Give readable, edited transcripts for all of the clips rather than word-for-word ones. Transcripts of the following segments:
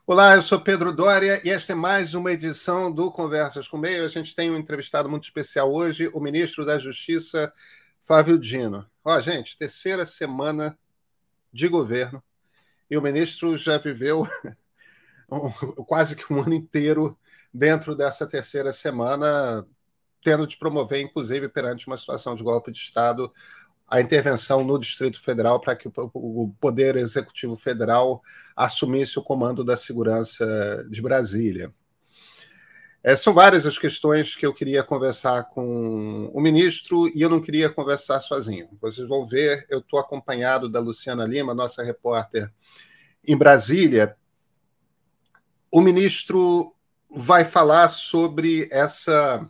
Olá, eu sou Pedro Doria e esta é mais uma edição do Conversas com Meio. A gente tem um entrevistado muito especial hoje, o ministro da Justiça, Flávio Dino. Gente, terceira semana de governo e o ministro já viveu quase que um ano inteiro dentro dessa terceira semana, tendo de promover, inclusive, perante uma situação de golpe de Estado, a intervenção no Distrito Federal para que o Poder Executivo Federal assumisse o comando da segurança de Brasília. São várias as questões que eu queria conversar com o ministro e eu não queria conversar sozinho. Vocês vão ver, eu estou acompanhado da Luciana Lima, nossa repórter em Brasília. O ministro vai falar sobre essa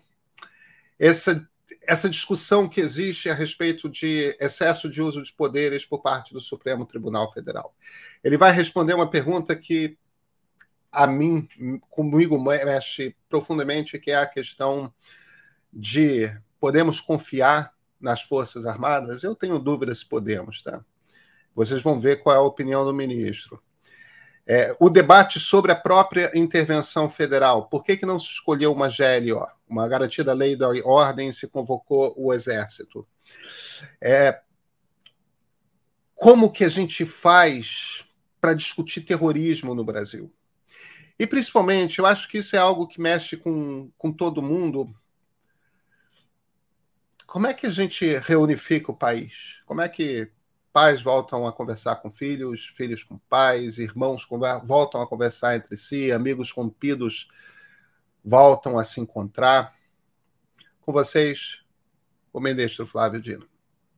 discussão que existe a respeito de excesso de uso de poderes por parte do Supremo Tribunal Federal. Ele vai responder uma pergunta que comigo mexe profundamente, que é a questão de podemos confiar nas Forças Armadas? Eu tenho dúvidas se podemos, tá? Vocês vão ver qual é a opinião do ministro. O debate sobre a própria intervenção federal. Por que não se escolheu uma GLO? Uma garantia da lei da ordem, se convocou o Exército. Como que a gente faz para discutir terrorismo no Brasil? E, principalmente, eu acho que isso é algo que mexe com todo mundo. Como é que a gente reunifica o país? Como é que pais voltam a conversar com filhos, filhos com pais, irmãos voltam a conversar entre si, amigos rompidos voltam a se encontrar? Com vocês, o ministro Flávio Dino.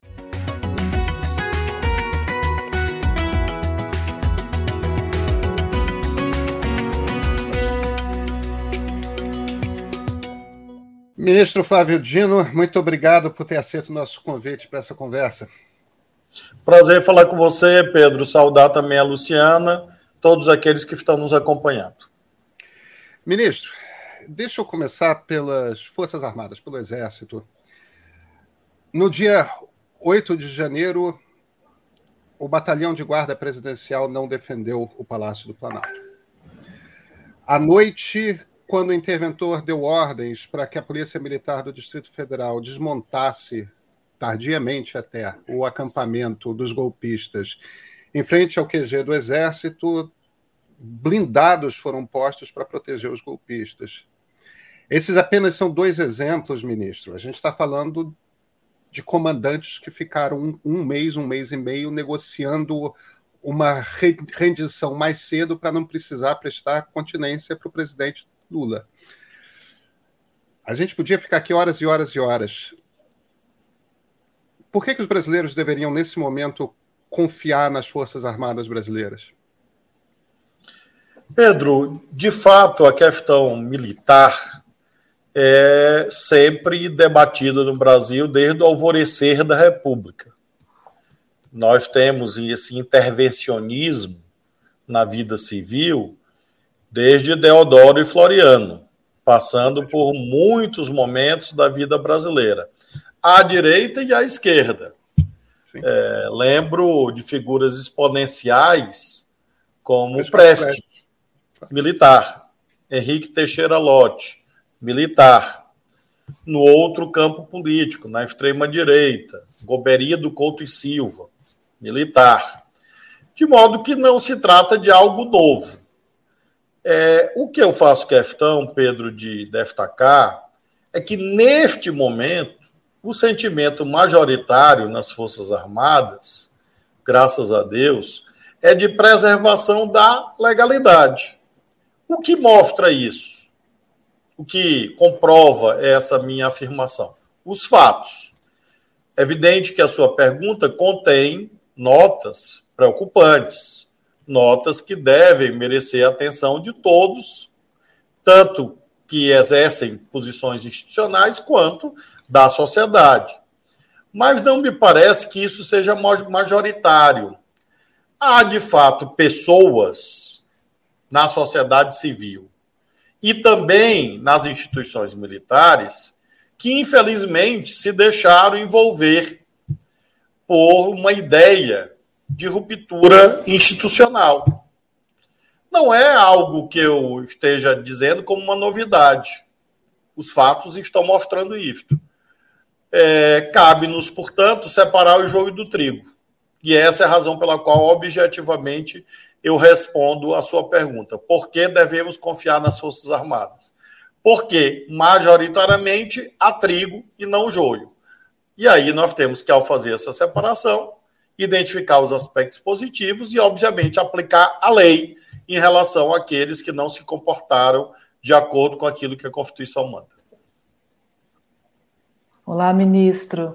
Ministro Flávio Dino, muito obrigado por ter aceito o nosso convite para essa conversa. Prazer falar com você, Pedro. Saudar também a Luciana, todos aqueles que estão nos acompanhando. Ministro, deixa eu começar pelas Forças Armadas, pelo Exército. No dia 8 de janeiro, o Batalhão de Guarda Presidencial não defendeu o Palácio do Planalto. À noite, quando o interventor deu ordens para que a Polícia Militar do Distrito Federal desmontasse, tardiamente até, o acampamento dos golpistas em frente ao QG do Exército, blindados foram postos para proteger os golpistas. Esses apenas são dois exemplos, ministro. A gente está falando de comandantes que ficaram um mês e meio negociando uma rendição mais cedo para não precisar prestar continência para o presidente Lula. A gente podia ficar aqui horas e horas e horas. Por que os brasileiros deveriam, nesse momento, confiar nas Forças Armadas brasileiras? Pedro, de fato, a questão militar é sempre debatida no Brasil desde o alvorecer da República. Nós temos esse intervencionismo na vida civil desde Deodoro e Floriano, passando por muitos momentos da vida brasileira, à direita e à esquerda. Lembro de figuras exponenciais como Prestes, militar, Henrique Teixeira Lott, militar. No outro campo político, na extrema-direita, Goberido Couto e Silva, militar. De modo que não se trata de algo novo. O que eu faço questão, Pedro, de destacar é que, neste momento, o sentimento majoritário nas Forças Armadas, graças a Deus, é de preservação da legalidade. O que mostra isso? O que comprova essa minha afirmação? Os fatos. É evidente que a sua pergunta contém notas preocupantes, notas que devem merecer a atenção de todos, tanto que exercem posições institucionais quanto da sociedade. Mas não me parece que isso seja majoritário. Há, de fato, pessoas na sociedade civil e também nas instituições militares que, infelizmente, se deixaram envolver por uma ideia de ruptura institucional. Não é algo que eu esteja dizendo como uma novidade. Os fatos estão mostrando isto. Cabe-nos, portanto, separar o joio do trigo. E essa é a razão pela qual, objetivamente, eu respondo a sua pergunta. Por que devemos confiar nas Forças Armadas? Porque, majoritariamente, há trigo e não joio. E aí nós temos que, ao fazer essa separação, identificar os aspectos positivos e, obviamente, aplicar a lei em relação àqueles que não se comportaram de acordo com aquilo que a Constituição manda. Olá, ministro.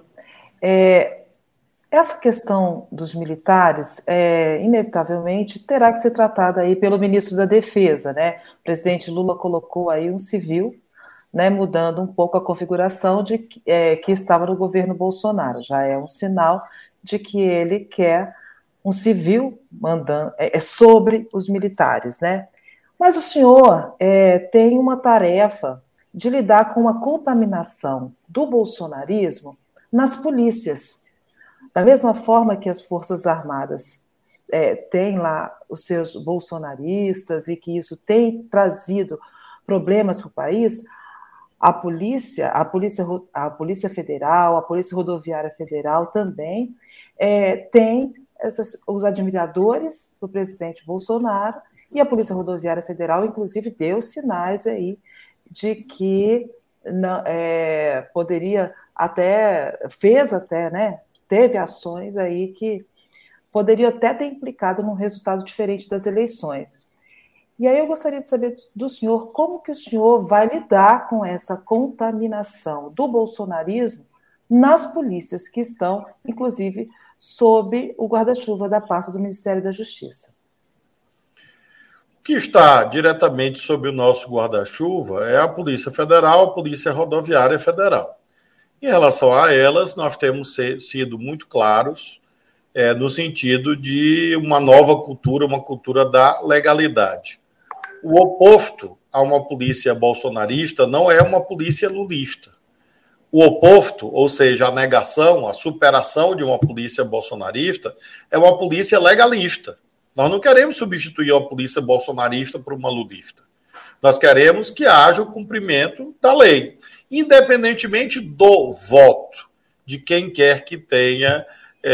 Essa questão dos militares, inevitavelmente, terá que ser tratada aí pelo ministro da Defesa, né? O presidente Lula colocou aí um civil, né, mudando um pouco a configuração que estava no governo Bolsonaro. Já é um sinal de que ele quer um civil mandando sobre os militares, né? Mas o senhor tem uma tarefa de lidar com a contaminação do bolsonarismo nas polícias. Da mesma forma que as Forças Armadas têm lá os seus bolsonaristas e que isso tem trazido problemas para o país, a Polícia Federal, a Polícia Rodoviária Federal também tem os admiradores do presidente Bolsonaro, e a Polícia Rodoviária Federal, inclusive, deu sinais aí de que poderia teve ações aí que poderiam até ter implicado num resultado diferente das eleições. E aí eu gostaria de saber do senhor como que o senhor vai lidar com essa contaminação do bolsonarismo nas polícias que estão, inclusive, sob o guarda-chuva da pasta do Ministério da Justiça. O que está diretamente sob o nosso guarda-chuva é a Polícia Federal, a Polícia Rodoviária Federal. Em relação a elas, nós temos sido muito claros no sentido de uma nova cultura, uma cultura da legalidade. O oposto a uma polícia bolsonarista não é uma polícia lulista. O oposto, ou seja, a negação, a superação de uma polícia bolsonarista, é uma polícia legalista. Nós não queremos substituir a polícia bolsonarista por uma lulista. Nós queremos que haja o cumprimento da lei, independentemente do voto de quem quer que tenha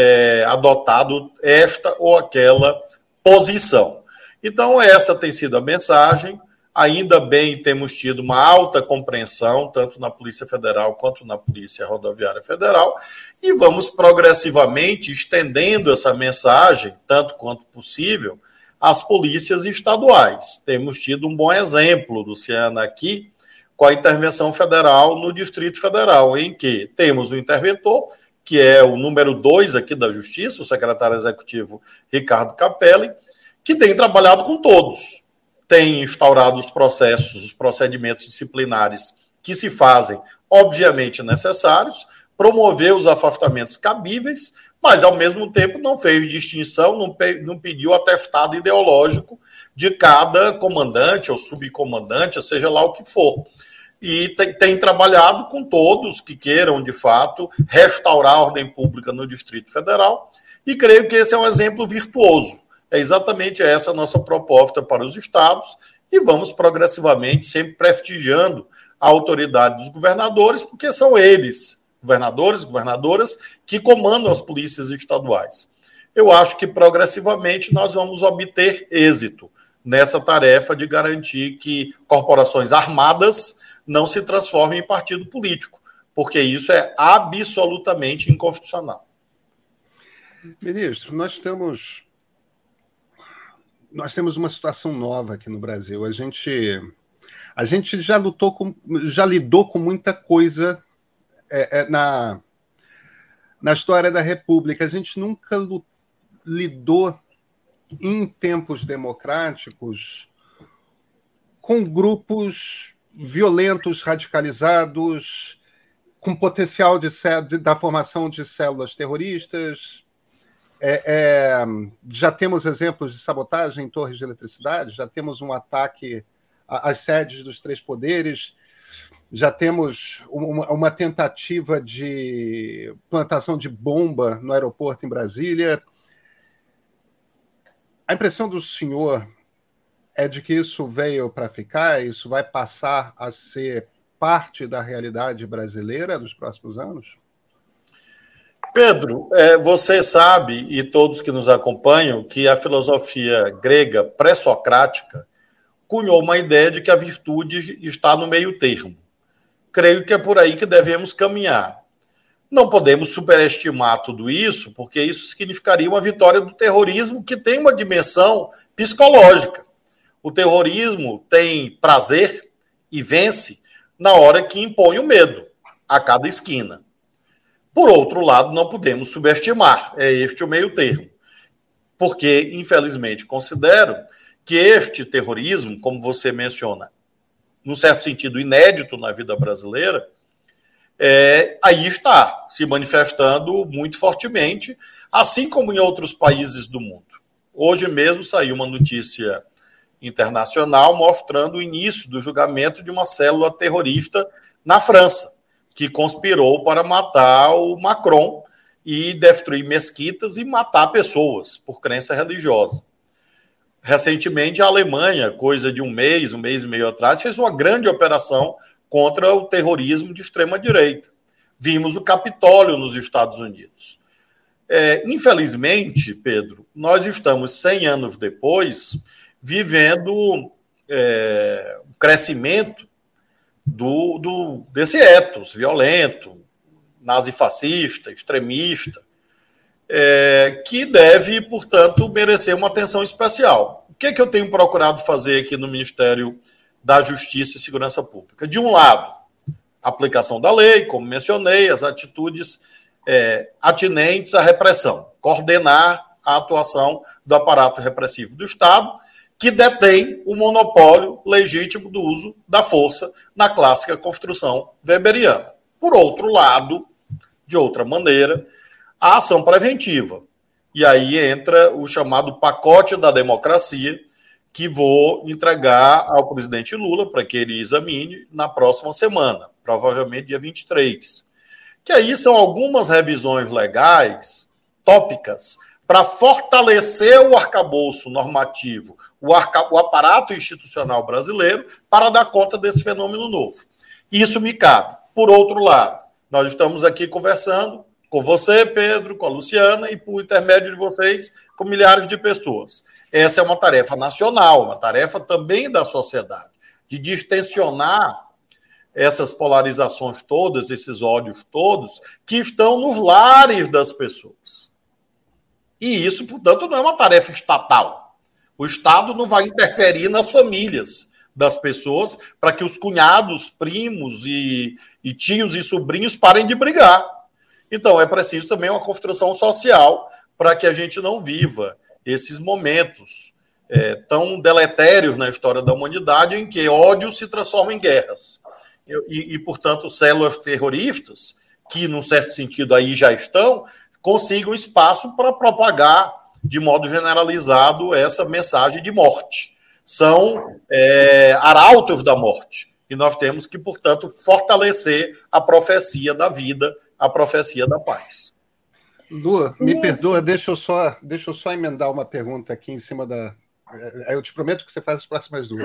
adotado esta ou aquela posição. Então, essa tem sido a mensagem. Ainda bem temos tido uma alta compreensão, tanto na Polícia Federal quanto na Polícia Rodoviária Federal, e vamos progressivamente estendendo essa mensagem, tanto quanto possível, às polícias estaduais. Temos tido um bom exemplo, Luciana, aqui, com a intervenção federal no Distrito Federal, em que temos o interventor, que é o número 2 aqui da Justiça, o secretário executivo Ricardo Capelli, que tem trabalhado com todos, tem instaurado os processos, os procedimentos disciplinares que se fazem, obviamente, necessários, promoveu os afastamentos cabíveis, mas, ao mesmo tempo, não fez distinção, não pediu atestado ideológico de cada comandante ou subcomandante, ou seja lá o que for. E tem trabalhado com todos que queiram, de fato, restaurar a ordem pública no Distrito Federal, e creio que esse é um exemplo virtuoso. É exatamente essa a nossa proposta para os estados, e vamos progressivamente sempre prestigiando a autoridade dos governadores, porque são eles, governadores e governadoras, que comandam as polícias estaduais. Eu acho que progressivamente nós vamos obter êxito nessa tarefa de garantir que corporações armadas não se transformem em partido político, porque isso é absolutamente inconstitucional. Ministro, nós temos uma situação nova aqui no Brasil. A gente já lidou com muita coisa na história da República. A gente nunca lidou em tempos democráticos com grupos violentos, radicalizados, com potencial da formação de células terroristas. Já temos exemplos de sabotagem em torres de eletricidade, já temos um ataque às sedes dos três poderes, já temos uma tentativa de plantação de bomba no aeroporto em Brasília. A impressão do senhor é de que isso veio para ficar, isso vai passar a ser parte da realidade brasileira nos próximos anos? Pedro, você sabe, e todos que nos acompanham, que a filosofia grega pré-socrática cunhou uma ideia de que a virtude está no meio termo. Creio que é por aí que devemos caminhar. Não podemos superestimar tudo isso, porque isso significaria uma vitória do terrorismo, que tem uma dimensão psicológica. O terrorismo tem prazer e vence na hora que impõe o medo a cada esquina. Por outro lado, não podemos subestimar, é este o meio termo, porque, infelizmente, considero que este terrorismo, como você menciona, num certo sentido inédito na vida brasileira, aí está, se manifestando muito fortemente, assim como em outros países do mundo. Hoje mesmo saiu uma notícia internacional mostrando o início do julgamento de uma célula terrorista na França, que conspirou para matar o Macron e destruir mesquitas e matar pessoas por crença religiosa. Recentemente, a Alemanha, coisa de um mês e meio atrás, fez uma grande operação contra o terrorismo de extrema-direita. Vimos o Capitólio nos Estados Unidos. Infelizmente, Pedro, nós estamos 100 anos depois vivendo o crescimento desse ethos violento, nazifascista, extremista, que deve, portanto, merecer uma atenção especial. O que é que eu tenho procurado fazer aqui no Ministério da Justiça e Segurança Pública? De um lado, a aplicação da lei, como mencionei, as atitudes atinentes à repressão, coordenar a atuação do aparato repressivo do Estado, que detém o monopólio legítimo do uso da força na clássica construção weberiana. Por outro lado, de outra maneira, a ação preventiva. E aí entra o chamado pacote da democracia, que vou entregar ao presidente Lula para que ele examine na próxima semana, provavelmente dia 23. Que aí são algumas revisões legais, tópicas, para fortalecer o arcabouço normativo, o aparato institucional brasileiro, para dar conta desse fenômeno novo. Isso me cabe. Por outro lado, nós estamos aqui conversando com você, Pedro, com a Luciana, e por intermédio de vocês, com milhares de pessoas. Essa é uma tarefa nacional, uma tarefa também da sociedade, de distensionar essas polarizações todas, esses ódios todos, que estão nos lares das pessoas. E isso, portanto, não é uma tarefa estatal. O Estado não vai interferir nas famílias das pessoas para que os cunhados, primos e tios e sobrinhos parem de brigar. Então, é preciso também uma construção social para que a gente não viva esses momentos tão deletérios na história da humanidade em que ódio se transforma em guerras. Portanto, células terroristas, que, num certo sentido, aí já estão, consigam espaço para propagar de modo generalizado essa mensagem de morte. São arautos da morte. E nós temos que, portanto, fortalecer a profecia da vida, a profecia da paz. Lu, me perdoa, deixa eu só emendar uma pergunta aqui em cima da... Eu te prometo que você faz as próximas duas.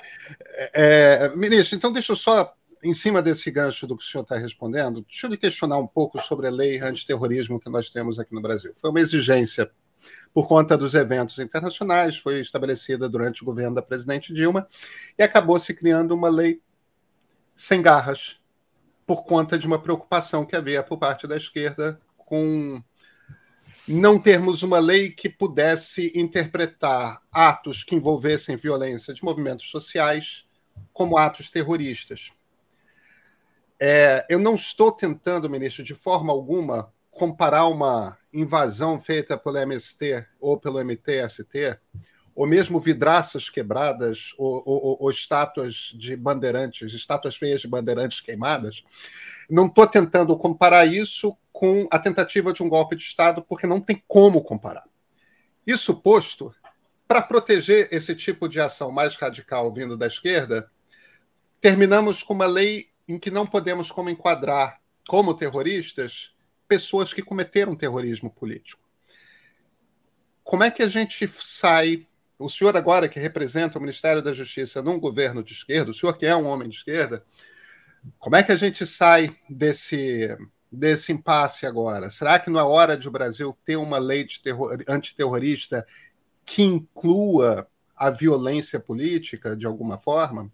Ministro, então deixa eu só, em cima desse gancho do que o senhor está respondendo, deixa eu lhe questionar um pouco sobre a lei antiterrorismo que nós temos aqui no Brasil. Foi uma exigência por conta dos eventos internacionais, foi estabelecida durante o governo da presidente Dilma e acabou se criando uma lei sem garras por conta de uma preocupação que havia por parte da esquerda com não termos uma lei que pudesse interpretar atos que envolvessem violência de movimentos sociais como atos terroristas. Eu não estou tentando, ministro, de forma alguma, comparar uma invasão feita pelo MST ou pelo MTST, ou mesmo vidraças quebradas, ou estátuas de bandeirantes, estátuas feias de bandeirantes queimadas. Não estou tentando comparar isso com a tentativa de um golpe de Estado, porque não tem como comparar. Isso posto, para proteger esse tipo de ação mais radical vindo da esquerda, terminamos com uma lei em que não podemos como enquadrar como terroristas pessoas que cometeram terrorismo político. Como é que a gente sai o senhor agora que representa o Ministério da Justiça num governo de esquerda, o senhor que é um homem de esquerda, como é que a gente sai desse impasse agora? Será que não é hora de o Brasil ter uma lei antiterrorista que inclua a violência política de alguma forma?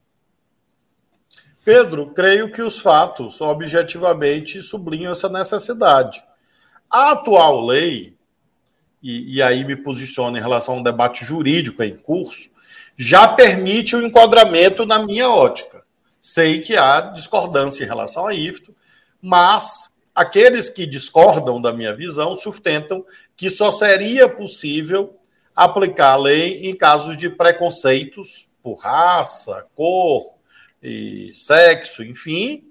Pedro, creio que os fatos objetivamente sublinham essa necessidade. A atual lei, e aí me posiciono em relação a um debate jurídico em curso, já permite o enquadramento na minha ótica. Sei que há discordância em relação a isto, mas aqueles que discordam da minha visão sustentam que só seria possível aplicar a lei em casos de preconceitos por raça, cor, e sexo, enfim,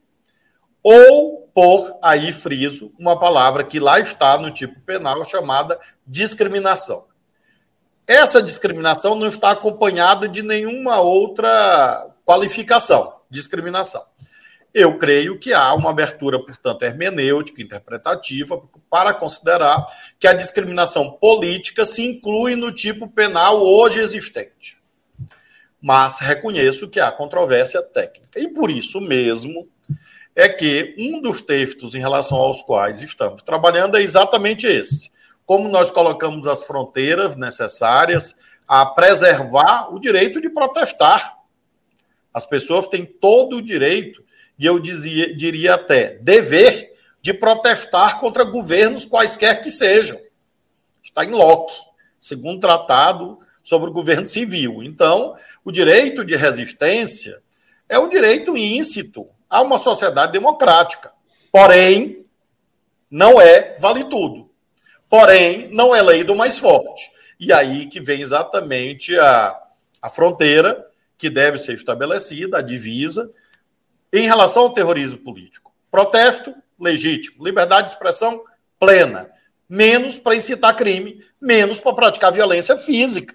ou por, aí friso, uma palavra que lá está no tipo penal chamada discriminação. Essa discriminação não está acompanhada de nenhuma outra qualificação, discriminação. Eu creio que há uma abertura, portanto, hermenêutica, interpretativa, para considerar que a discriminação política se inclui no tipo penal hoje existente. Mas reconheço que há controvérsia técnica. E por isso mesmo é que um dos textos em relação aos quais estamos trabalhando é exatamente esse. Como nós colocamos as fronteiras necessárias a preservar o direito de protestar. As pessoas têm todo o direito, e eu diria até dever, de protestar contra governos quaisquer que sejam. Está em loco, segundo o tratado sobre o governo civil. Então, o direito de resistência é um direito íncito a uma sociedade democrática. Porém, não é vale tudo. Porém, não é lei do mais forte. E aí que vem exatamente a fronteira que deve ser estabelecida, a divisa, em relação ao terrorismo político. Protesto, legítimo. Liberdade de expressão, plena. Menos para incitar crime, menos para praticar violência física.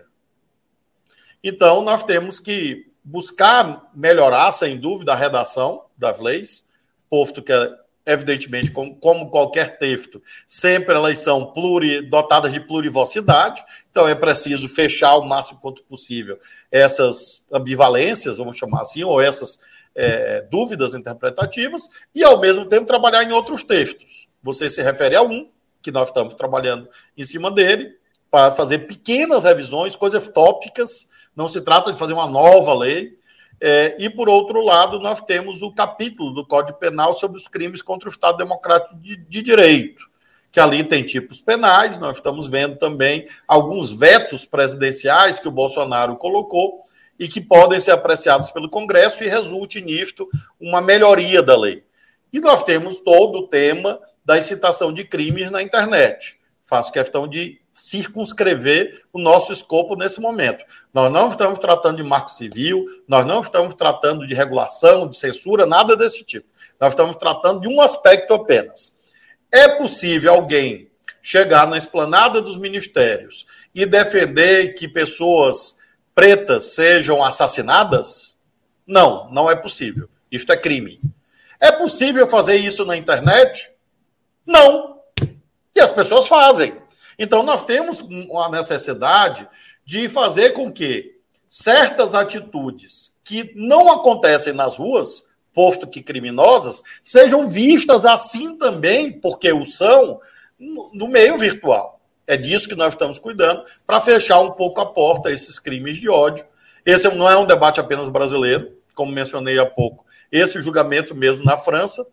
Então, nós temos que buscar melhorar, sem dúvida, a redação das leis, posto que, evidentemente, como qualquer texto, sempre elas são dotadas de plurivocidade, então é preciso fechar o máximo quanto possível essas ambivalências, vamos chamar assim, ou essas dúvidas interpretativas, e, ao mesmo tempo, trabalhar em outros textos. Você se refere a um, que nós estamos trabalhando em cima dele, para fazer pequenas revisões, coisas tópicas. Não se trata de fazer uma nova lei. E, por outro lado, nós temos o capítulo do Código Penal sobre os crimes contra o Estado Democrático de Direito, que ali tem tipos penais. Nós estamos vendo também alguns vetos presidenciais que o Bolsonaro colocou e que podem ser apreciados pelo Congresso e resulte nisto uma melhoria da lei. E nós temos todo o tema da incitação de crimes na internet. Faço questão de circunscrever o nosso escopo nesse momento. Nós não estamos tratando de marco civil, nós não estamos tratando de regulação, de censura, nada desse tipo. Nós estamos tratando de um aspecto apenas. É possível alguém chegar na esplanada dos ministérios e defender que pessoas pretas sejam assassinadas? Não, não é possível. Isto é crime. É possível fazer isso na internet? Não. E as pessoas fazem. Então, nós temos uma necessidade de fazer com que certas atitudes que não acontecem nas ruas, posto que criminosas, sejam vistas assim também, porque o são, no meio virtual. É disso que nós estamos cuidando, para fechar um pouco a porta a esses crimes de ódio. Esse não é um debate apenas brasileiro, como mencionei há pouco. Esse julgamento mesmo na França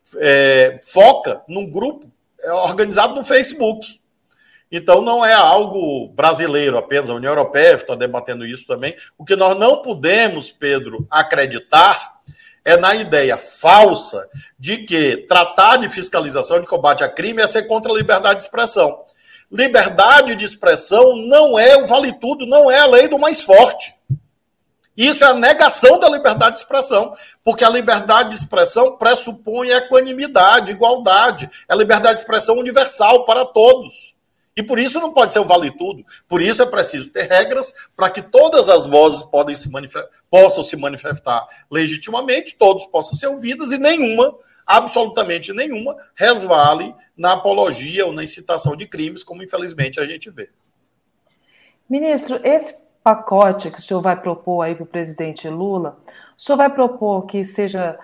foca num grupo organizado no Facebook. Então, não é algo brasileiro apenas, a União Europeia está debatendo isso também. O que nós não podemos, Pedro, acreditar é na ideia falsa de que tratar de fiscalização de combate a crime é ser contra a liberdade de expressão. Liberdade de expressão não é o vale-tudo, não é a lei do mais forte. Isso é a negação da liberdade de expressão, porque a liberdade de expressão pressupõe equanimidade, igualdade, é a liberdade de expressão universal para todos. E por isso não pode ser um vale-tudo. Por isso é preciso ter regras para que todas as vozes possam se manifestar legitimamente, todos possam ser ouvidos e nenhuma, absolutamente nenhuma, resvale na apologia ou na incitação de crimes, como infelizmente a gente vê. Ministro, esse pacote que o senhor vai propor aí para o presidente Lula, o senhor vai propor que seja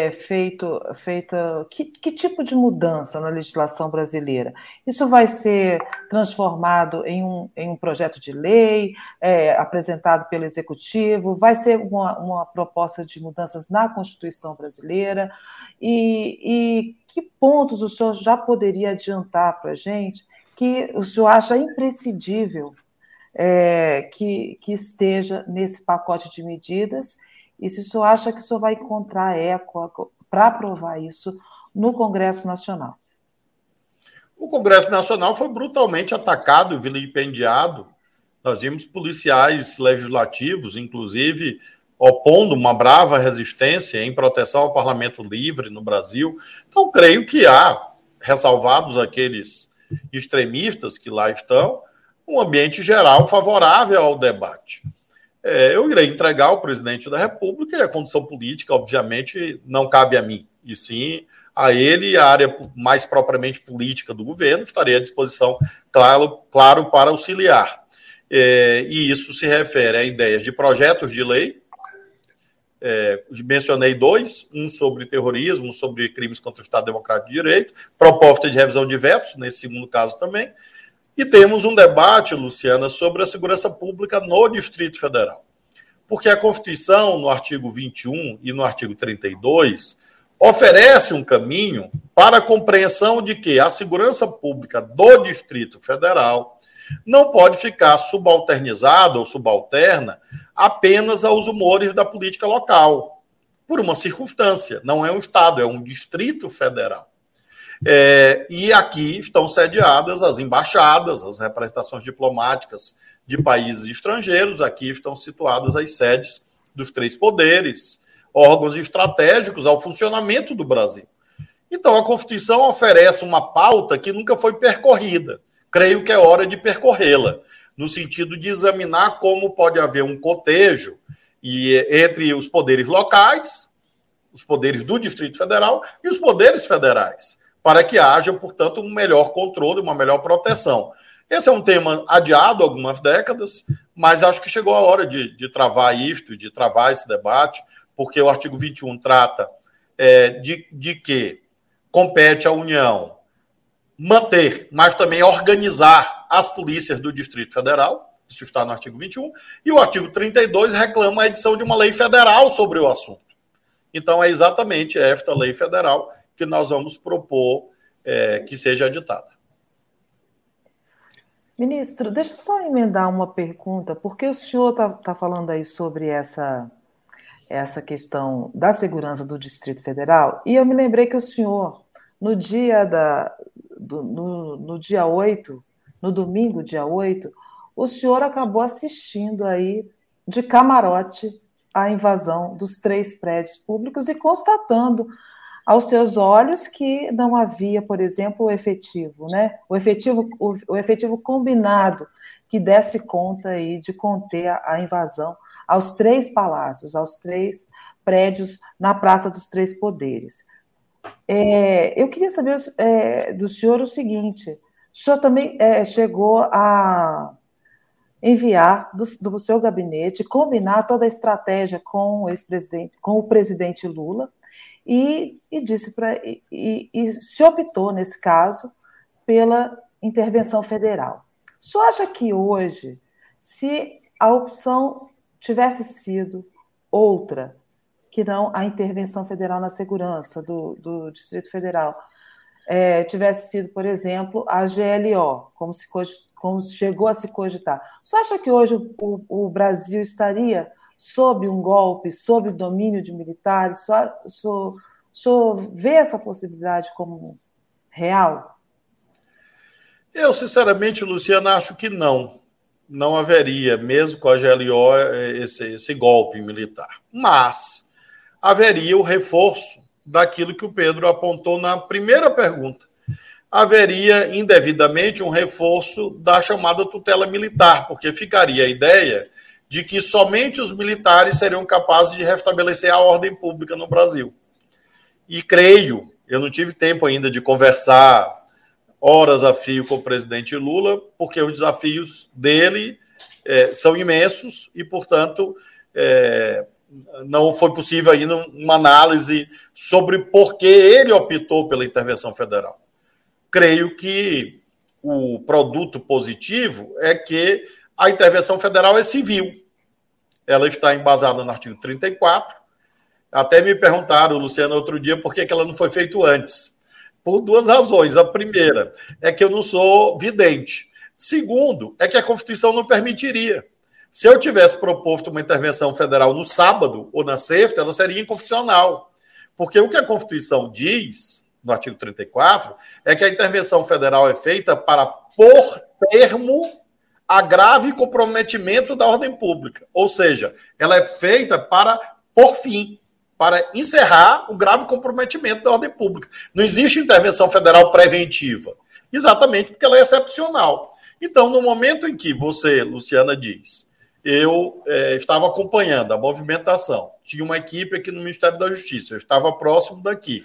feita que tipo de mudança na legislação brasileira? Isso vai ser transformado em um projeto de lei apresentado pelo Executivo? Vai ser uma proposta de mudanças na Constituição brasileira? E que pontos o senhor já poderia adiantar para a gente que o senhor acha imprescindível que esteja nesse pacote de medidas, e se o senhor acha que o senhor vai encontrar eco para aprovar isso no Congresso Nacional? O Congresso Nacional foi brutalmente atacado e vilipendiado. Nós vimos policiais legislativos, inclusive, opondo uma brava resistência em proteção ao parlamento livre no Brasil. Então, creio que há, ressalvados aqueles extremistas que lá estão, um ambiente geral favorável ao debate. Eu irei entregar ao presidente da República e a condição política, obviamente, não cabe a mim, e sim a ele e a área mais propriamente política do governo. Estarei à disposição, claro, para auxiliar. E isso se refere a ideias de projetos de lei. Mencionei 2, um sobre terrorismo, um sobre crimes contra o Estado Democrático de Direito, proposta de revisão de vetos, nesse segundo caso também. E temos um debate, Luciana, sobre a segurança pública no Distrito Federal. Porque a Constituição, no artigo 21 e no artigo 32, oferece um caminho para a compreensão de que a segurança pública do Distrito Federal não pode ficar subalternizada ou subalterna apenas aos humores da política local, por uma circunstância. Não é um Estado, é um Distrito Federal. E aqui estão sediadas as embaixadas, as representações diplomáticas de países estrangeiros, aqui estão situadas as sedes dos 3 poderes, órgãos estratégicos ao funcionamento do Brasil. Então, a Constituição oferece uma pauta que nunca foi percorrida. Creio que é hora de percorrê-la, no sentido de examinar como pode haver um cotejo entre os poderes locais, os poderes do Distrito Federal e os poderes federais, para que haja, portanto, um melhor controle, uma melhor proteção. Esse é um tema adiado há algumas décadas, mas acho que chegou a hora de travar isto, de travar esse debate, porque o artigo 21 trata de que compete à União manter, mas também organizar as polícias do Distrito Federal, isso está no artigo 21, e o artigo 32 reclama a edição de uma lei federal sobre o assunto. Então, é exatamente esta lei federal que nós vamos propor que seja editada. Ministro, deixa eu só emendar uma pergunta, porque o senhor está falando aí sobre essa questão da segurança do Distrito Federal, e eu me lembrei que o senhor, no dia 8, no domingo, dia 8, o senhor acabou assistindo aí de camarote a invasão dos 3 prédios públicos e constatando aos seus olhos que não havia, por exemplo, o efetivo, né? O efetivo combinado que desse conta aí de conter a invasão aos 3 palácios, aos 3 prédios na Praça dos 3 Poderes. Eu queria saber do senhor o seguinte: o senhor também chegou a enviar do seu gabinete, combinar toda a estratégia com o presidente Lula, e se optou, nesse caso, pela intervenção federal. O senhor acha que hoje, se a opção tivesse sido outra, que não a intervenção federal na segurança do Distrito Federal, tivesse sido, por exemplo, a GLO, como chegou a se cogitar, o senhor acha que hoje o Brasil estaria sob um golpe, sob o domínio de militares? O senhor vê essa possibilidade como real? Eu, sinceramente, Luciana, acho que não. Não haveria, mesmo com a GLO, esse golpe militar. Mas haveria o reforço daquilo que o Pedro apontou na primeira pergunta. Haveria, indevidamente, um reforço da chamada tutela militar, porque ficaria a ideia de que somente os militares seriam capazes de restabelecer a ordem pública no Brasil. E creio, eu não tive tempo ainda de conversar horas a fio com o presidente Lula, porque os desafios dele são imensos e, portanto, não foi possível ainda uma análise sobre por que ele optou pela intervenção federal. Creio que o produto positivo é que a intervenção federal é civil. Ela está embasada no artigo 34. Até me perguntaram, Luciano, outro dia, por que ela não foi feita antes. Por duas razões. A primeira é que eu não sou vidente. Segundo, é que a Constituição não permitiria. Se eu tivesse proposto uma intervenção federal no sábado ou na sexta, ela seria inconstitucional. Porque o que a Constituição diz, no artigo 34, é que a intervenção federal é feita para pôr termo a grave comprometimento da ordem pública. Ou seja, ela é feita para pôr fim, para encerrar o grave comprometimento da ordem pública. Não existe intervenção federal preventiva, exatamente porque ela é excepcional. Então, no momento em que você, Luciana, diz, eu estava acompanhando a movimentação, tinha uma equipe aqui no Ministério da Justiça, eu estava próximo daqui,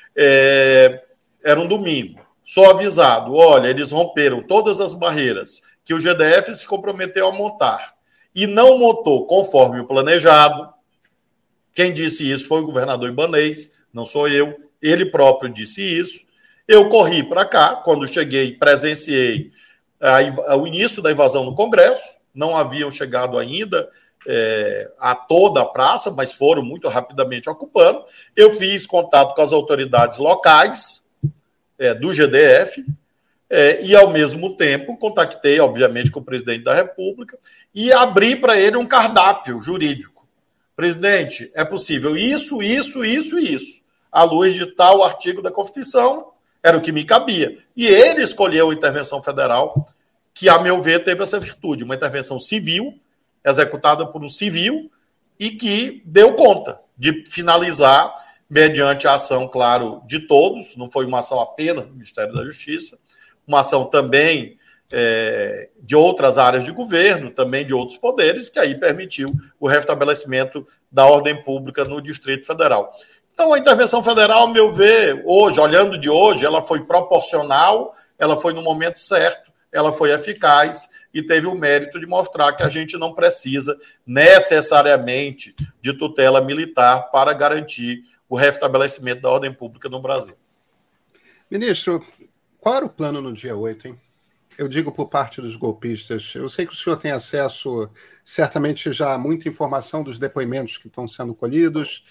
era um domingo, sou avisado, olha, eles romperam todas as barreiras que o GDF se comprometeu a montar e não montou conforme o planejado. Quem disse isso foi o governador Ibanez, não sou eu, ele próprio disse isso. Eu corri para cá, quando cheguei, presenciei o início da invasão no Congresso, não haviam chegado ainda a toda a praça, mas foram muito rapidamente ocupando. Eu fiz contato com as autoridades locais do GDF e, ao mesmo tempo, contactei, obviamente, com o presidente da República e abri para ele um cardápio jurídico. Presidente, é possível isso, à luz de tal artigo da Constituição, era o que me cabia. E ele escolheu a intervenção federal, que, a meu ver, teve essa virtude, uma intervenção civil, executada por um civil, e que deu conta de finalizar, mediante a ação, claro, de todos, não foi uma ação apenas do Ministério da Justiça, uma ação também de outras áreas de governo, também de outros poderes, que aí permitiu o restabelecimento da ordem pública no Distrito Federal. Então, a intervenção federal, ao meu ver, hoje, olhando de hoje, ela foi proporcional, ela foi no momento certo, ela foi eficaz e teve o mérito de mostrar que a gente não precisa necessariamente de tutela militar para garantir o restabelecimento da ordem pública no Brasil. Ministro, qual era o plano no dia 8, hein? Eu digo por parte dos golpistas. Eu sei que o senhor tem acesso, certamente, já a muita informação dos depoimentos que estão sendo colhidos.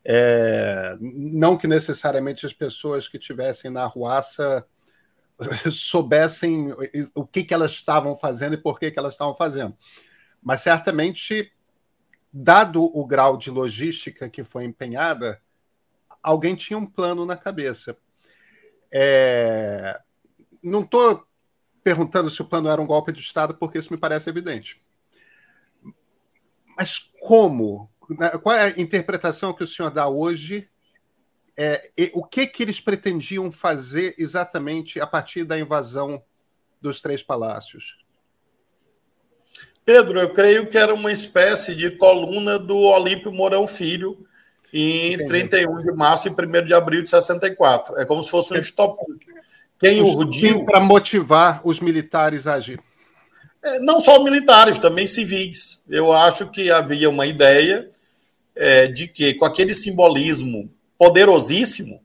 Não que necessariamente as pessoas que estivessem na arruaça soubessem o que elas estavam fazendo e por que elas estavam fazendo. Mas, certamente, dado o grau de logística que foi empenhada, alguém tinha um plano na cabeça. Não estou perguntando se o plano era um golpe de Estado, porque isso me parece evidente. Mas como? Qual é a interpretação que o senhor dá hoje? O que eles pretendiam fazer exatamente a partir da invasão dos Três Palácios? Pedro, eu creio que era uma espécie de coluna do Olímpio Mourão Filho em 31 de março e 1º de abril de 64. É como se fosse um estopim. Quem urdiu para motivar os militares a agir. Não só militares, também civis. Eu acho que havia uma ideia de que, com aquele simbolismo poderosíssimo,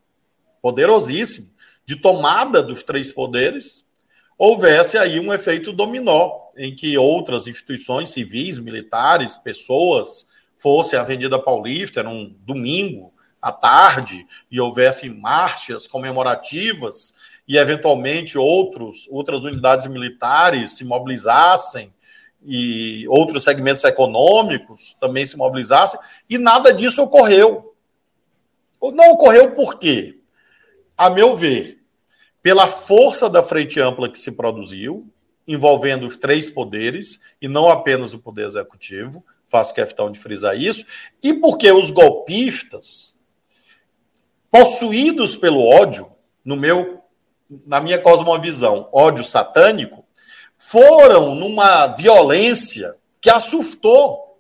de tomada dos três poderes, houvesse aí um efeito dominó, em que outras instituições civis, militares, pessoas, fossem à Avenida Paulista, era um domingo, à tarde, e houvessem marchas comemorativas e, eventualmente, outras unidades militares se mobilizassem e outros segmentos econômicos também se mobilizassem, e nada disso ocorreu. Não ocorreu por quê? A meu ver, pela força da frente ampla que se produziu, envolvendo os três poderes, e não apenas o poder executivo, faço questão de frisar isso, e porque os golpistas, possuídos pelo ódio, na minha cosmovisão, ódio satânico, foram numa violência que assustou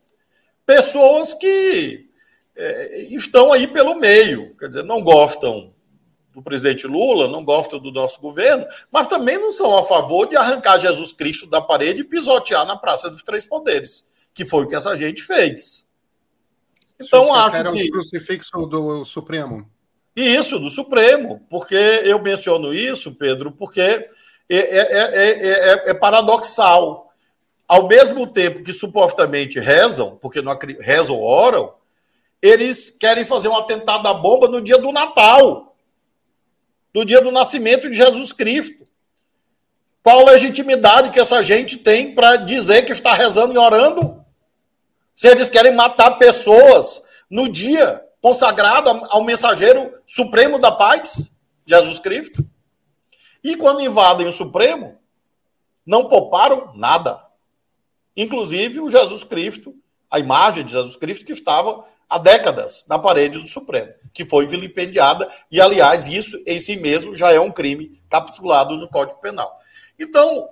pessoas que estão aí pelo meio, quer dizer, não gostam do presidente Lula, não gostam do nosso governo, mas também não são a favor de arrancar Jesus Cristo da parede e pisotear na Praça dos Três Poderes, que foi o que essa gente fez. Então, acho que... o crucifixo do Supremo. Isso, do Supremo. Porque eu menciono isso, Pedro, porque é paradoxal. Ao mesmo tempo que supostamente rezam, porque não rezam ou oram, eles querem fazer um atentado à bomba no dia do Natal, no dia do nascimento de Jesus Cristo. Qual a legitimidade que essa gente tem para dizer que está rezando e orando? Se eles querem matar pessoas no dia consagrado ao mensageiro supremo da paz, Jesus Cristo. E quando invadem o Supremo, não pouparam nada. Inclusive o Jesus Cristo, a imagem de Jesus Cristo que estava há décadas na parede do Supremo, que foi vilipendiada, e, aliás, isso em si mesmo já é um crime capitulado no Código Penal. Então,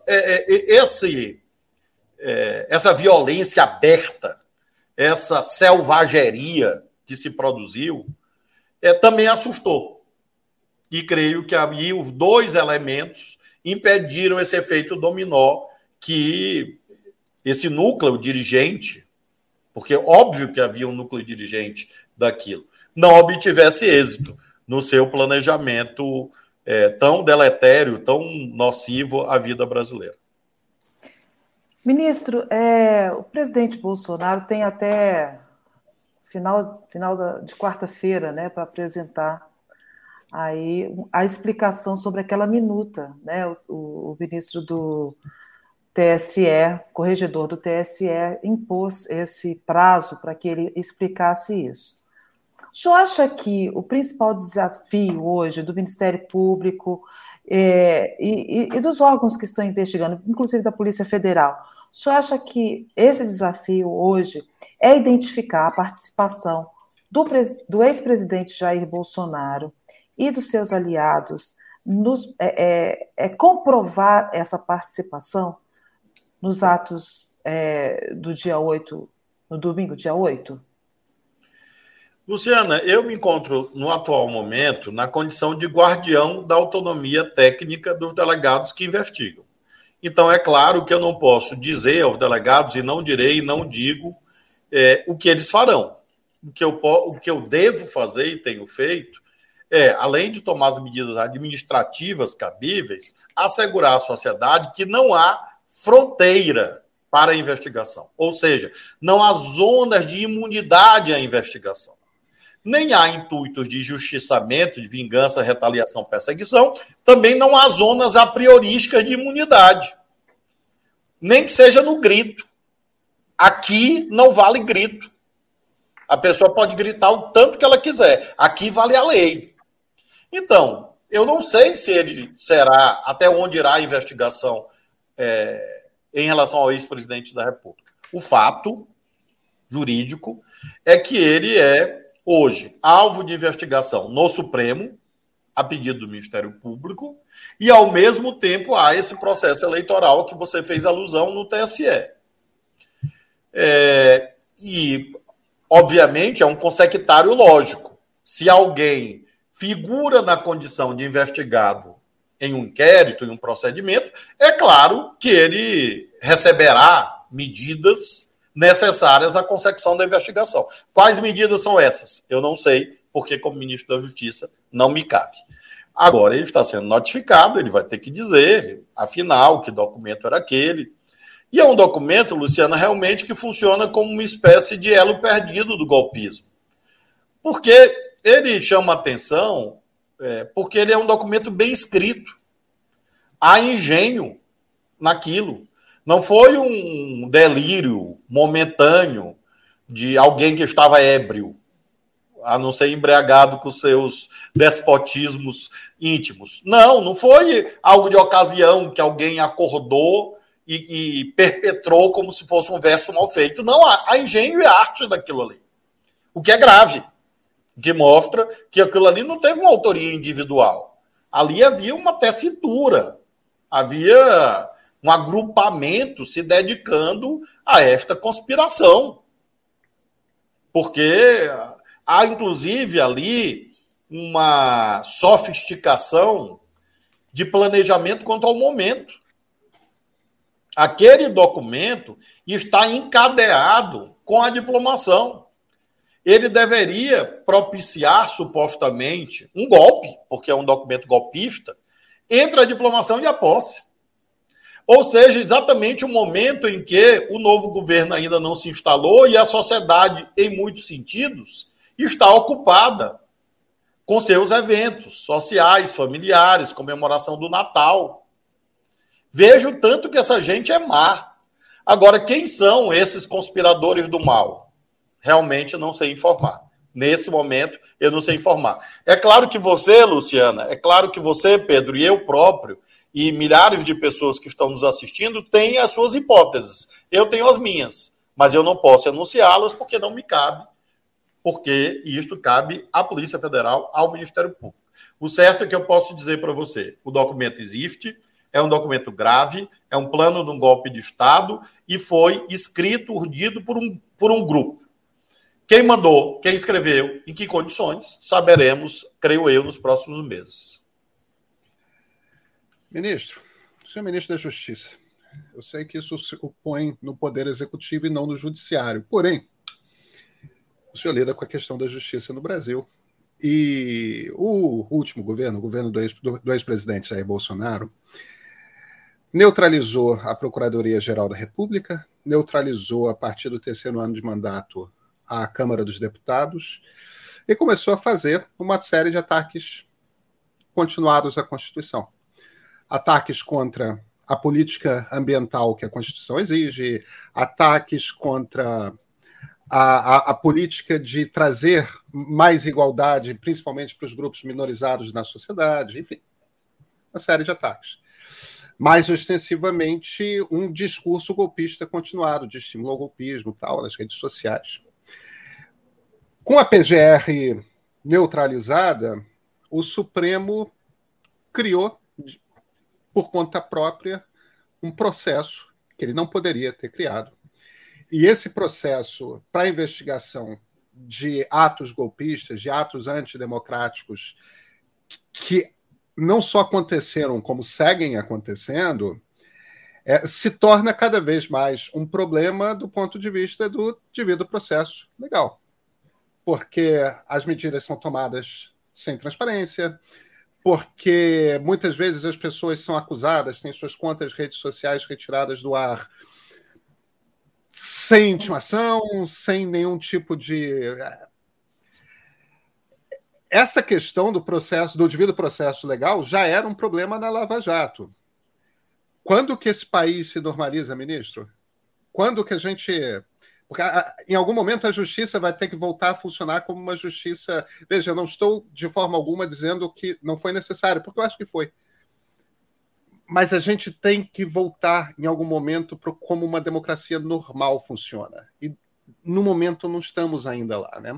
essa violência aberta, essa selvageria que se produziu, também assustou. E creio que aí os dois elementos impediram esse efeito dominó que esse núcleo dirigente, porque óbvio que havia um núcleo dirigente daquilo, não obtivesse êxito no seu planejamento tão deletério, tão nocivo à vida brasileira. Ministro, o presidente Bolsonaro tem até final de quarta-feira, né, para apresentar aí a explicação sobre aquela minuta, né? O ministro do TSE, corregedor do TSE, impôs esse prazo para que ele explicasse isso. O senhor acha que o principal desafio hoje do Ministério Público e dos órgãos que estão investigando, inclusive da Polícia Federal, o senhor acha que esse desafio hoje é identificar a participação do ex-presidente Jair Bolsonaro e dos seus aliados, comprovar essa participação nos atos do dia 8, no domingo, dia 8? Luciana, eu me encontro, no atual momento, na condição de guardião da autonomia técnica dos delegados que investigam. Então, é claro que eu não posso dizer aos delegados, e não direi, e não digo, o que eles farão. O que eu devo fazer e tenho feito além de tomar as medidas administrativas cabíveis, assegurar à sociedade que não há fronteira para a investigação. Ou seja, não há zonas de imunidade à investigação. Nem há intuitos de justiçamento, de vingança, retaliação, perseguição. Também não há zonas a priorísticas de imunidade. Nem que seja no grito. Aqui não vale grito. A pessoa pode gritar o tanto que ela quiser. Aqui vale a lei. Então, eu não sei se ele será, até onde irá a investigação em relação ao ex-presidente da República. O fato jurídico é que ele é, hoje, alvo de investigação no Supremo, a pedido do Ministério Público, e, ao mesmo tempo, há esse processo eleitoral que você fez alusão no TSE. E, obviamente, é um consectário lógico. Se alguém figura na condição de investigado em um inquérito, em um procedimento, é claro que ele receberá medidas necessárias à consecução da investigação. Quais medidas são essas? Eu não sei, porque como ministro da Justiça não me cabe. Agora, ele está sendo notificado, ele vai ter que dizer, afinal, que documento era aquele. E é um documento, Luciana, realmente que funciona como uma espécie de elo perdido do golpismo. Porque ele chama atenção porque ele é um documento bem escrito. Há engenho naquilo. Não foi um delírio momentâneo de alguém que estava ébrio, a não ser embriagado com seus despotismos íntimos. Não foi algo de ocasião que alguém acordou e perpetrou como se fosse um verso mal feito. Não, há engenho e arte daquilo ali. O que é grave. Que mostra que aquilo ali não teve uma autoria individual. Ali havia uma tessitura, havia um agrupamento se dedicando a esta conspiração. Porque há, inclusive, ali uma sofisticação de planejamento quanto ao momento. Aquele documento está encadeado com a diplomação. Ele deveria propiciar, supostamente, um golpe, porque é um documento golpista, entre a diplomação e a posse. Ou seja, exatamente o momento em que o novo governo ainda não se instalou e a sociedade, em muitos sentidos, está ocupada com seus eventos sociais, familiares, comemoração do Natal. Vejo o tanto que essa gente é má. Agora, quem são esses conspiradores do mal? Realmente eu não sei informar. Nesse momento, eu não sei informar. É claro que você, Luciana, é claro que você, Pedro, e eu próprio, e milhares de pessoas que estão nos assistindo, têm as suas hipóteses. Eu tenho as minhas, mas eu não posso anunciá-las porque não me cabe, porque isto cabe à Polícia Federal, ao Ministério Público. O certo é que eu posso dizer para você, o documento existe, é um documento grave, é um plano de um golpe de Estado e foi escrito, urdido por um grupo. Quem mandou, quem escreveu, em que condições, saberemos, creio eu, nos próximos meses. Ministro, o senhor é ministro da Justiça. Eu sei que isso se opõe no Poder Executivo e não no Judiciário. Porém, o senhor lida com a questão da justiça no Brasil. E o último governo, o governo do ex-presidente Jair Bolsonaro, neutralizou a Procuradoria-Geral da República, neutralizou, a partir do terceiro ano de mandato, a Câmara dos Deputados e começou a fazer uma série de ataques continuados à Constituição. Ataques contra a política ambiental que a Constituição exige, ataques contra a política de trazer mais igualdade, principalmente para os grupos minorizados na sociedade, enfim, uma série de ataques. Mais ostensivamente, um discurso golpista continuado, de estímulo ao golpismo, tal, nas redes sociais. Com a PGR neutralizada, o Supremo criou, por conta própria, um processo que ele não poderia ter criado. E esse processo para investigação de atos golpistas, de atos antidemocráticos, que não só aconteceram, como seguem acontecendo, se torna cada vez mais um problema do ponto de vista do devido processo legal. Porque as medidas são tomadas sem transparência, porque muitas vezes as pessoas são acusadas, têm suas contas de redes sociais retiradas do ar sem intimação, sem nenhum tipo de... Essa questão do processo, do devido processo legal, já era um problema na Lava Jato. Quando que esse país se normaliza, ministro? Quando que a gente... Porque em algum momento a justiça vai ter que voltar a funcionar como uma justiça... Veja, eu não estou de forma alguma dizendo que não foi necessário, porque eu acho que foi. Mas a gente tem que voltar em algum momento para como uma democracia normal funciona. E no momento não estamos ainda lá, né?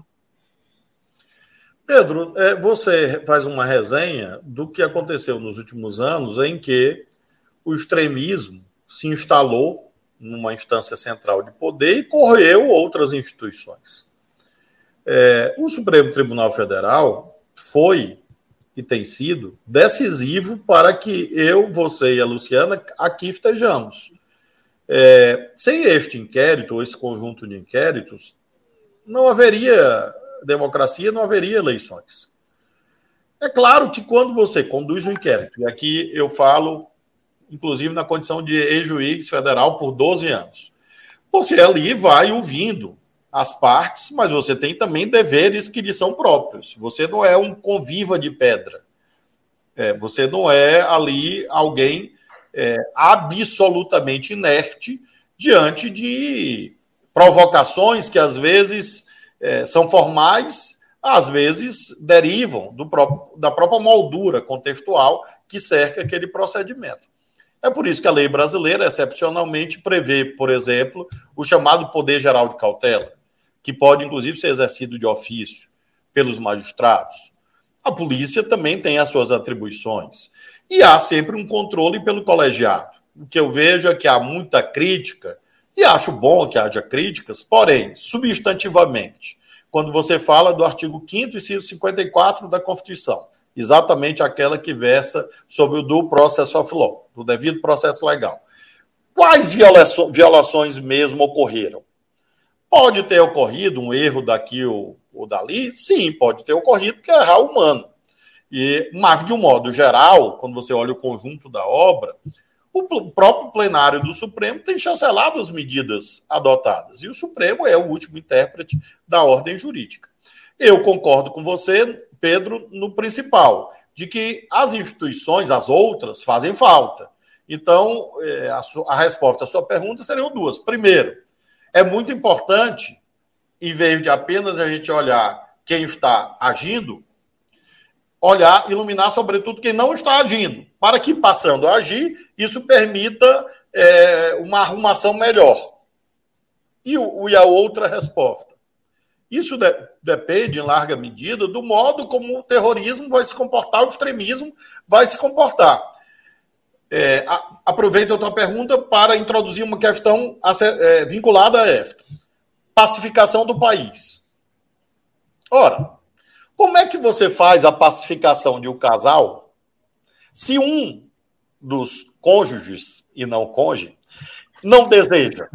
Pedro, você faz uma resenha do que aconteceu nos últimos anos em que o extremismo se instalou numa instância central de poder e corroeu outras instituições. O Supremo Tribunal Federal foi e tem sido decisivo para que eu, você e a Luciana aqui estejamos. Sem este inquérito, ou esse conjunto de inquéritos, não haveria democracia, não haveria eleições. É claro que quando você conduz um inquérito, e aqui eu falo, inclusive na condição de ex-juiz federal por 12 anos, você ali vai ouvindo as partes, mas você tem também deveres que lhe são próprios. Você não é um conviva de pedra. Você não é ali alguém absolutamente inerte diante de provocações que às vezes são formais, às vezes derivam da própria moldura contextual que cerca aquele procedimento. É por isso que a lei brasileira, excepcionalmente, prevê, por exemplo, o chamado poder geral de cautela, que pode, inclusive, ser exercido de ofício pelos magistrados. A polícia também tem as suas atribuições. E há sempre um controle pelo colegiado. O que eu vejo é que há muita crítica, e acho bom que haja críticas, porém, substantivamente, quando você fala do artigo 5º, inciso 54 da Constituição, exatamente aquela que versa sobre o due process of law, do devido processo legal. Quais violações mesmo ocorreram? Pode ter ocorrido um erro daqui ou dali? Sim, pode ter ocorrido, porque é errar humano. Mas, de um modo geral, quando você olha o conjunto da obra, o próprio plenário do Supremo tem chancelado as medidas adotadas. E o Supremo é o último intérprete da ordem jurídica. Eu concordo com você, Pedro, no principal, de que as instituições, as outras, fazem falta. Então, a resposta à sua pergunta seriam duas. Primeiro, é muito importante, em vez de apenas a gente olhar quem está agindo, olhar, iluminar, sobretudo, quem não está agindo, para que, passando a agir, isso permita uma arrumação melhor. E a outra resposta? Isso depende, em larga medida, do modo como o terrorismo vai se comportar, o extremismo vai se comportar. Aproveito a tua pergunta para introduzir uma questão vinculada a esta. Pacificação do país. Ora, como é que você faz a pacificação de um casal se um dos cônjuges e não cônjuge não deseja?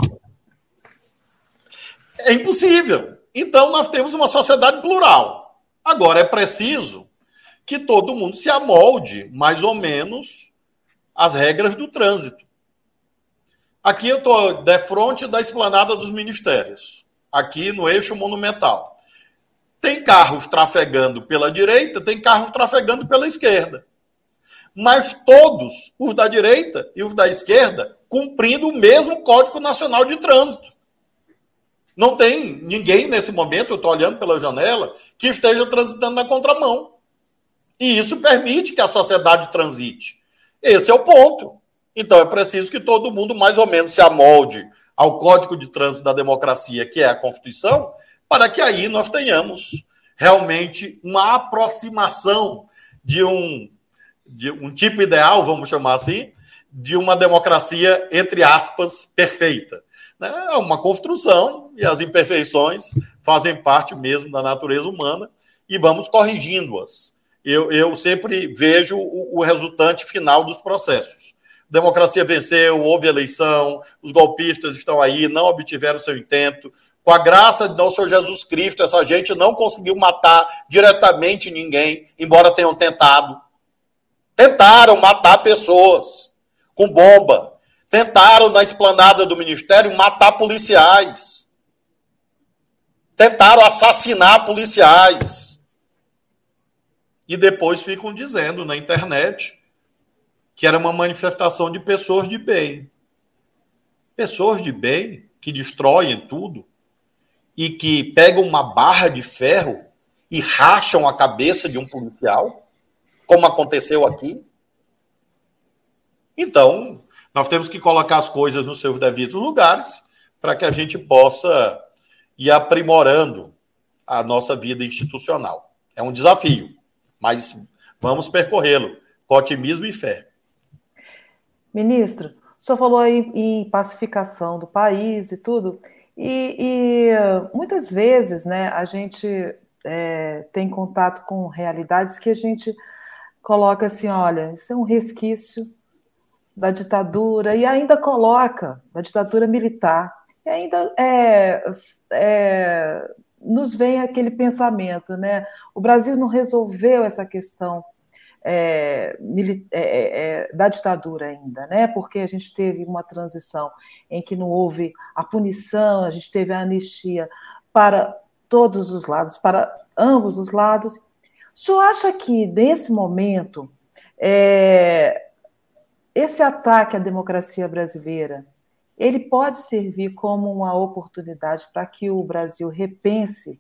É impossível. Então, nós temos uma sociedade plural. Agora, é preciso que todo mundo se amolde, mais ou menos, às regras do trânsito. Aqui eu estou defronte da esplanada dos ministérios, aqui no eixo monumental. Tem carros trafegando pela direita, tem carros trafegando pela esquerda. Mas todos, os da direita e os da esquerda, cumprindo o mesmo Código Nacional de Trânsito. Não tem ninguém nesse momento, eu estou olhando pela janela, que esteja transitando na contramão. E isso permite que a sociedade transite. Esse é o ponto. Então é preciso que todo mundo mais ou menos se amolde ao Código de Trânsito da democracia, que é a Constituição, para que aí nós tenhamos realmente uma aproximação de um tipo ideal, vamos chamar assim, de uma democracia, entre aspas, perfeita. É uma construção e as imperfeições fazem parte mesmo da natureza humana e vamos corrigindo-as. Eu sempre vejo o resultante final dos processos. A democracia venceu, houve eleição, os golpistas estão aí, não obtiveram seu intento. Com a graça de nosso Senhor Jesus Cristo, essa gente não conseguiu matar diretamente ninguém, embora tenham tentado. Tentaram matar pessoas com bomba. Tentaram, na esplanada do Ministério, matar policiais. Tentaram assassinar policiais. E depois ficam dizendo na internet que era uma manifestação de pessoas de bem. Pessoas de bem que destroem tudo e que pegam uma barra de ferro e racham a cabeça de um policial, como aconteceu aqui. Então, nós temos que colocar as coisas nos seus devidos lugares para que a gente possa ir aprimorando a nossa vida institucional. É um desafio, mas vamos percorrê-lo com otimismo e fé. Ministro, o senhor falou aí em pacificação do país e tudo, e muitas vezes, né, a gente tem contato com realidades que a gente coloca assim, olha, isso é um resquício da ditadura, e ainda coloca da ditadura militar, e ainda nos vem aquele pensamento, né? O Brasil não resolveu essa questão da ditadura ainda, né? Porque a gente teve uma transição em que não houve a punição, a gente teve a anistia para todos os lados, para ambos os lados. O senhor acha que, nesse momento, esse ataque à democracia brasileira, ele pode servir como uma oportunidade para que o Brasil repense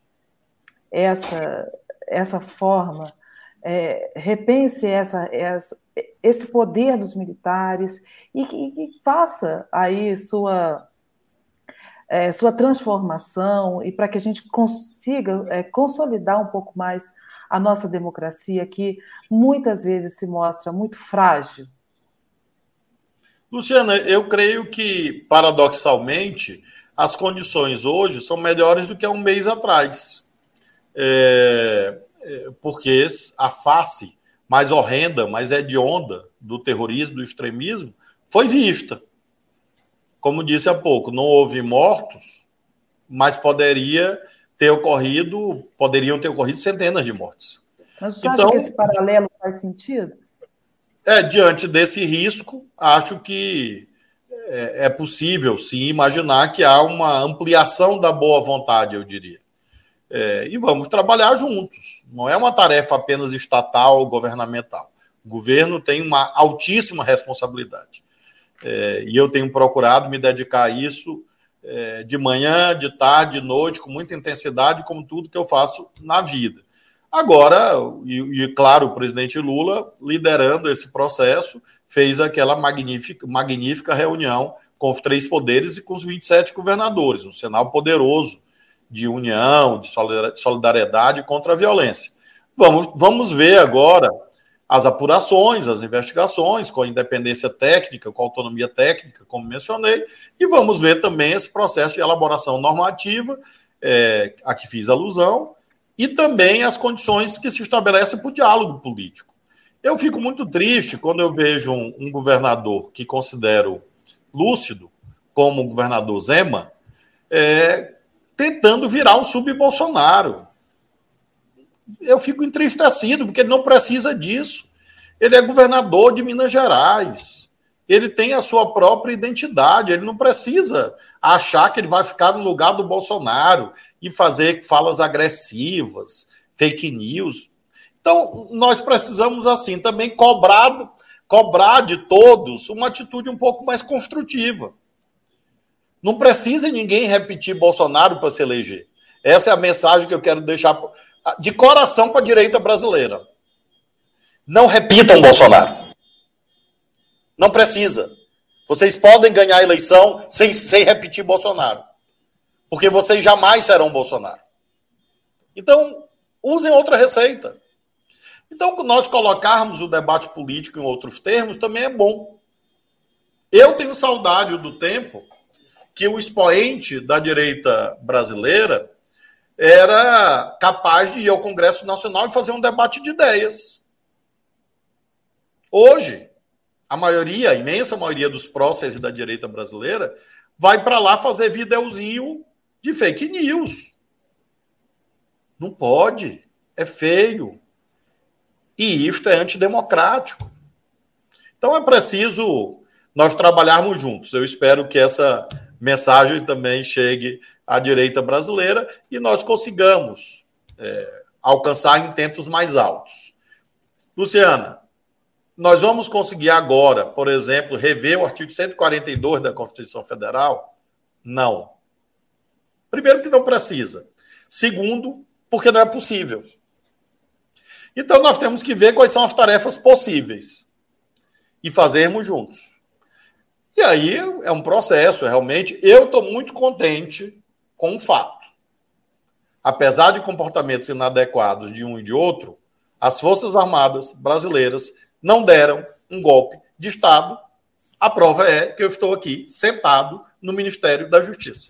essa forma, repense esse poder dos militares e que faça aí sua transformação e para que a gente consiga consolidar um pouco mais a nossa democracia, que muitas vezes se mostra muito frágil? Luciana, eu creio que, paradoxalmente, as condições hoje são melhores do que há um mês atrás. porque a face mais horrenda, mais hedionda do terrorismo, do extremismo, foi vista. Como disse há pouco, não houve mortos, mas poderiam ter ocorrido centenas de mortes. Mas você acha que esse paralelo faz sentido? Diante desse risco, acho que é possível, sim, imaginar que há uma ampliação da boa vontade, eu diria. E vamos trabalhar juntos. Não é uma tarefa apenas estatal ou governamental. O governo tem uma altíssima responsabilidade. E eu tenho procurado me dedicar a isso de manhã, de tarde, de noite, com muita intensidade, como tudo que eu faço na vida. Agora, claro, o presidente Lula, liderando esse processo, fez aquela magnífica reunião com os 3 poderes e com os 27 governadores, um sinal poderoso de união, de solidariedade contra a violência. Vamos ver agora as apurações, as investigações, com a independência técnica, com a autonomia técnica, como mencionei, e vamos ver também esse processo de elaboração normativa, a que fiz alusão, e também as condições que se estabelecem para o diálogo político. Eu fico muito triste quando eu vejo um governador que considero lúcido, como o governador Zema, tentando virar um sub-Bolsonaro. Eu fico entristecido, porque ele não precisa disso. Ele é governador de Minas Gerais. Ele tem a sua própria identidade. Ele não precisa achar que ele vai ficar no lugar do Bolsonaro e fazer falas agressivas, fake news. Então, nós precisamos, assim, também cobrar de todos uma atitude um pouco mais construtiva. Não precisa ninguém repetir Bolsonaro para se eleger. Essa é a mensagem que eu quero deixar de coração para a direita brasileira. Não repitam Bolsonaro. Não precisa. Vocês podem ganhar a eleição sem repetir Bolsonaro. Porque vocês jamais serão Bolsonaro. Então, usem outra receita. Então, nós colocarmos o debate político em outros termos também é bom. Eu tenho saudade do tempo que o expoente da direita brasileira era capaz de ir ao Congresso Nacional e fazer um debate de ideias. Hoje, a imensa maioria dos próceres da direita brasileira vai para lá fazer videozinho de fake news. Não pode. É feio. E isto é antidemocrático. Então é preciso nós trabalharmos juntos. Eu espero que essa mensagem também chegue à direita brasileira e nós consigamos alcançar intentos mais altos. Luciana, nós vamos conseguir agora, por exemplo, rever o artigo 142 da Constituição Federal? Não. Primeiro, que não precisa. Segundo, porque não é possível. Então, nós temos que ver quais são as tarefas possíveis e fazermos juntos. E aí é um processo, realmente. Eu estou muito contente com o fato. Apesar de comportamentos inadequados de um e de outro, as Forças Armadas brasileiras não deram um golpe de Estado. A prova é que eu estou aqui sentado no Ministério da Justiça.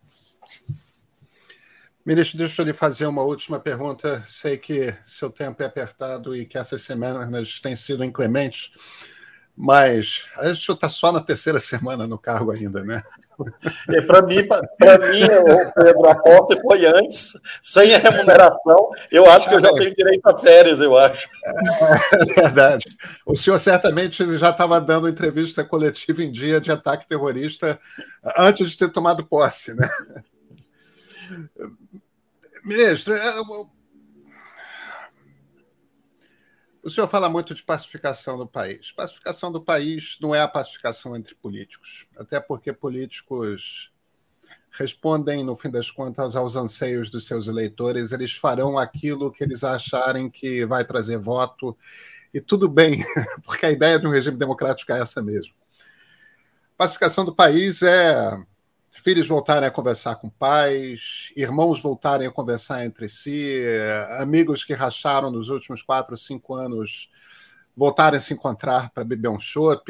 Ministro, deixa eu lhe fazer uma última pergunta. Sei que seu tempo é apertado e que essas semanas têm sido inclementes, mas a gente está só na 3ª semana no cargo ainda, né? Para mim, Pedro, a posse foi antes, sem a remuneração. Eu acho que eu já tenho direito a férias, eu acho. É verdade. O senhor certamente já estava dando entrevista coletiva em dia de ataque terrorista antes de ter tomado posse, né? Ministro, o senhor fala muito de pacificação do país. Pacificação do país não é a pacificação entre políticos, até porque políticos respondem, no fim das contas, aos anseios dos seus eleitores. Eles farão aquilo que eles acharem que vai trazer voto, e tudo bem, porque a ideia de um regime democrático é essa mesmo. Pacificação do país é filhos voltarem a conversar com pais, irmãos voltarem a conversar entre si, amigos que racharam nos últimos 4 ou 5 anos voltarem a se encontrar para beber um chopp.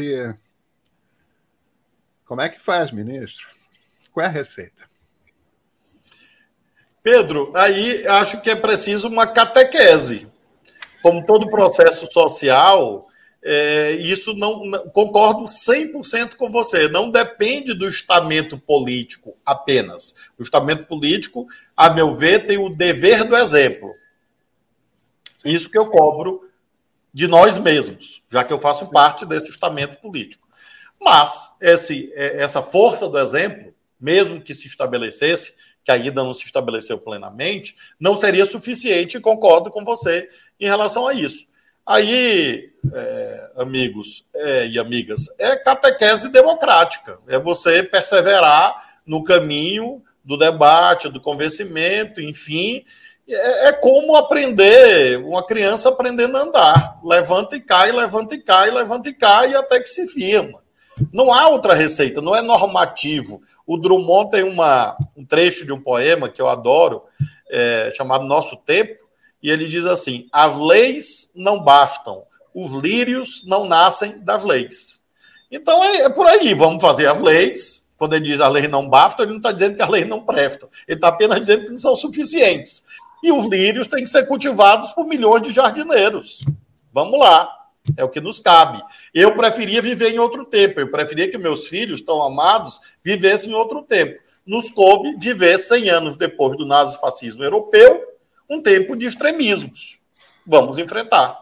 Como é que faz, ministro? Qual é a receita? Pedro, aí acho que é preciso uma catequese. Como todo processo social, isso não concordo 100% com você. Não depende do estamento político apenas. O estamento político, a meu ver, tem o dever do exemplo. Isso que eu cobro de nós mesmos, já que eu faço parte desse estamento político. Mas essa força do exemplo, mesmo que se estabelecesse, que ainda não se estabeleceu plenamente, não seria suficiente, e concordo com você em relação a isso. Aí, amigos e amigas, é catequese democrática, é você perseverar no caminho do debate, do convencimento, enfim, é como aprender, uma criança aprendendo a andar, levanta e cai, levanta e cai, levanta e cai, até que se firma. Não há outra receita, não é normativo. O Drummond tem um trecho de um poema que eu adoro, chamado Nosso Tempo, e ele diz assim: as leis não bastam, os lírios não nascem das leis. Então é por aí, vamos fazer as leis. Quando ele diz a lei não basta, ele não está dizendo que a lei não presta, ele está apenas dizendo que não são suficientes. E os lírios têm que ser cultivados por milhões de jardineiros. Vamos lá. É o que nos cabe. Eu preferia viver em outro tempo. Eu preferia que meus filhos, tão amados, vivessem em outro tempo. Nos coube viver 100 anos depois do nazifascismo europeu, um tempo de extremismos. Vamos enfrentar.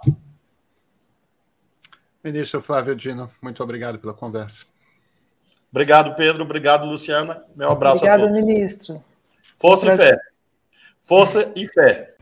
Ministro Flávio Dino, muito obrigado pela conversa. Obrigado, Pedro. Obrigado, Luciana. Meu abraço a todos. Obrigado, ministro. Força e fé. Força e fé.